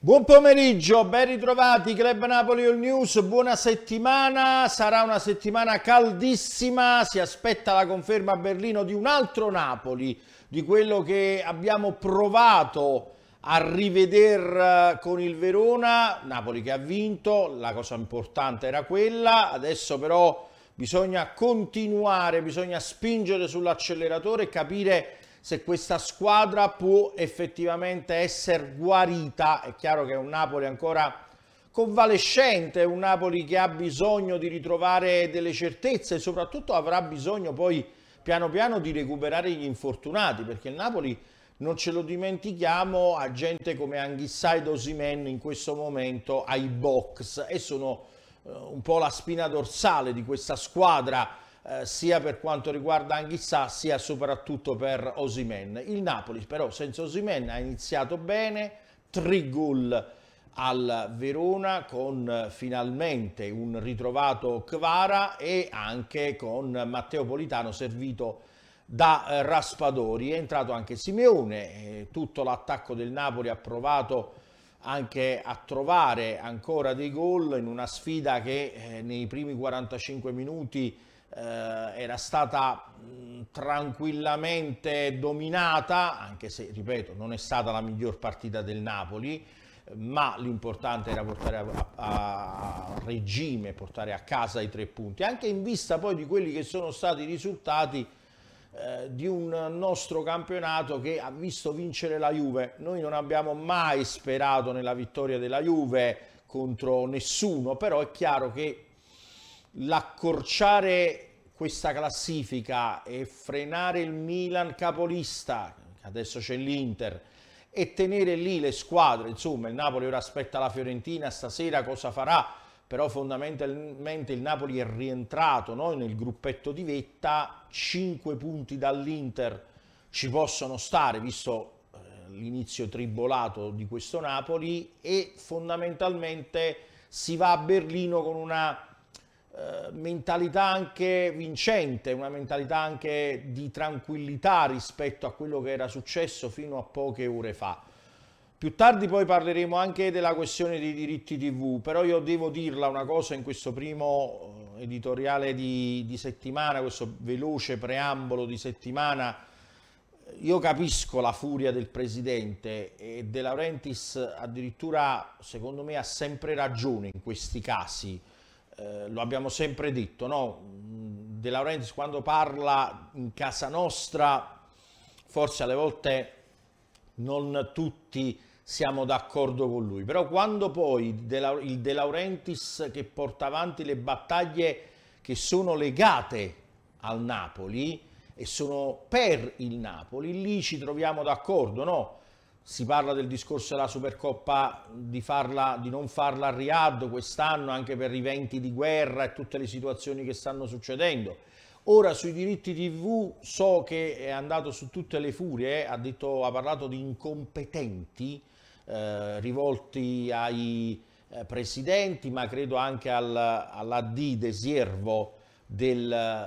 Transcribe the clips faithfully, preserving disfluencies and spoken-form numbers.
Buon pomeriggio, ben ritrovati Club Napoli All News, buona settimana, sarà una settimana caldissima, si aspetta la conferma a Berlino di un altro Napoli, di quello che abbiamo provato a riveder con il Verona, Napoli che ha vinto, la cosa importante era quella, adesso però bisogna continuare, bisogna spingere sull'acceleratore e capire se questa squadra può effettivamente essere guarita. È chiaro che è un Napoli ancora convalescente, un Napoli che ha bisogno di ritrovare delle certezze e soprattutto avrà bisogno poi piano piano di recuperare gli infortunati, perché il Napoli, non ce lo dimentichiamo, ha gente come Anguissa ed Osimhen in questo momento ai box e sono uh, un po' la spina dorsale di questa squadra, Eh, sia per quanto riguarda Anguissa sia soprattutto per Osimhen. Il Napoli però senza Osimhen ha iniziato bene, tre gol al Verona con eh, finalmente un ritrovato Kvara e anche con Matteo Politano servito da eh, Raspadori. È entrato anche Simeone, eh, tutto l'attacco del Napoli ha provato anche a trovare ancora dei gol in una sfida che eh, nei primi quarantacinque minuti Eh, era stata mh, tranquillamente dominata, anche se, ripeto, non è stata la miglior partita del Napoli, ma l'importante era portare a, a, a regime, portare a casa i tre punti, anche in vista poi di quelli che sono stati i risultati eh, di un nostro campionato che ha visto vincere la Juve. Noi non abbiamo mai sperato nella vittoria della Juve contro nessuno, però è chiaro che l'accorciare questa classifica e frenare il Milan capolista, adesso c'è l'Inter, e tenere lì le squadre, insomma il Napoli ora aspetta la Fiorentina, stasera cosa farà, però fondamentalmente il Napoli è rientrato, no? Nel gruppetto di vetta, cinque punti dall'Inter ci possono stare, visto eh, l'inizio tribolato di questo Napoli, e fondamentalmente si va a Berlino con una Uh, mentalità anche vincente, una mentalità anche di tranquillità rispetto a quello che era successo fino a poche ore fa. Più tardi poi parleremo anche della questione dei diritti tivù, però io devo dirla una cosa in questo primo editoriale di, di settimana, questo veloce preambolo di settimana. Io capisco la furia del presidente e De Laurentiis addirittura secondo me ha sempre ragione in questi casi. Eh, lo abbiamo sempre detto, no? De Laurentiis quando parla in casa nostra forse alle volte non tutti siamo d'accordo con lui, però quando poi il De Laurentiis che porta avanti le battaglie che sono legate al Napoli e sono per il Napoli, lì ci troviamo d'accordo, no? Si parla del discorso della Supercoppa, di, farla, di non farla a Riyadh quest'anno anche per i venti di guerra e tutte le situazioni che stanno succedendo. Ora sui diritti tivù so che è andato su tutte le furie, ha, detto, ha parlato di incompetenti eh, rivolti ai eh, presidenti, ma credo anche al, all'A D Desiervo del,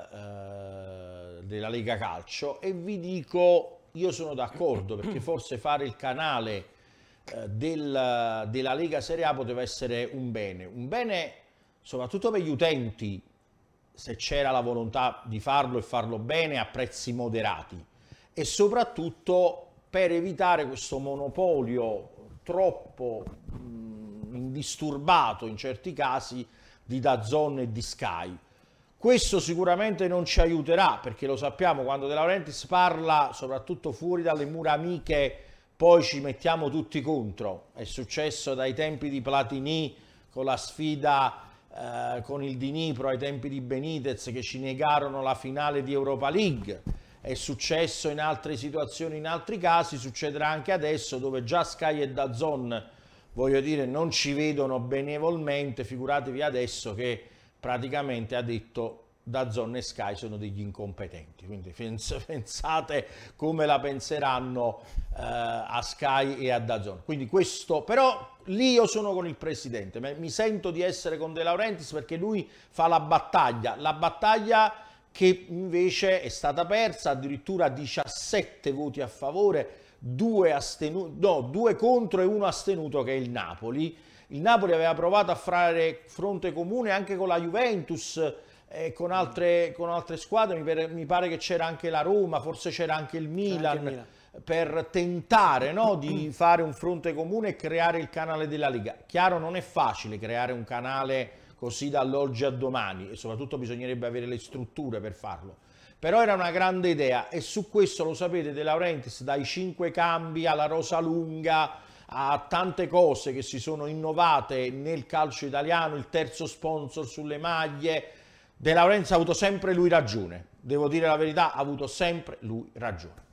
eh, della Lega Calcio, e vi dico... Io sono d'accordo, perché forse fare il canale eh, del, della Lega Serie A poteva essere un bene, un bene soprattutto per gli utenti, se c'era la volontà di farlo e farlo bene a prezzi moderati, e soprattutto per evitare questo monopolio troppo mh, indisturbato in certi casi di DAZN e di Sky. Questo sicuramente non ci aiuterà, perché lo sappiamo, quando De Laurentiis parla, soprattutto fuori dalle mura amiche, poi ci mettiamo tutti contro. È successo dai tempi di Platini con la sfida eh, con il Dnipro, ai tempi di Benitez che ci negarono la finale di Europa League. È successo in altre situazioni, in altri casi, succederà anche adesso, dove già Sky e DAZN, voglio dire, non ci vedono benevolmente, figuratevi adesso che praticamente ha detto DAZN e Sky sono degli incompetenti, quindi pensate come la penseranno eh, a Sky e a DAZN. Quindi questo, però lì io sono con il presidente, mi sento di essere con De Laurentiis perché lui fa la battaglia, la battaglia che invece è stata persa, addirittura diciassette voti a favore, due, astenu- no, due contro e uno astenuto, che è il Napoli. Il Napoli aveva provato a fare fronte comune anche con la Juventus e con altre, con altre squadre, mi, per, mi pare che c'era anche la Roma, forse c'era anche il Milan, anche il Milan. Per tentare, no, di fare un fronte comune e creare il canale della Liga. Chiaro, non è facile creare un canale così dall'oggi a domani e soprattutto bisognerebbe avere le strutture per farlo. Però era una grande idea e su questo, lo sapete, De Laurentiis, dai cinque cambi alla rosa lunga a tante cose che si sono innovate nel calcio italiano, il terzo sponsor sulle maglie, De Laurentiis ha avuto sempre lui ragione. Devo dire la verità, ha avuto sempre lui ragione.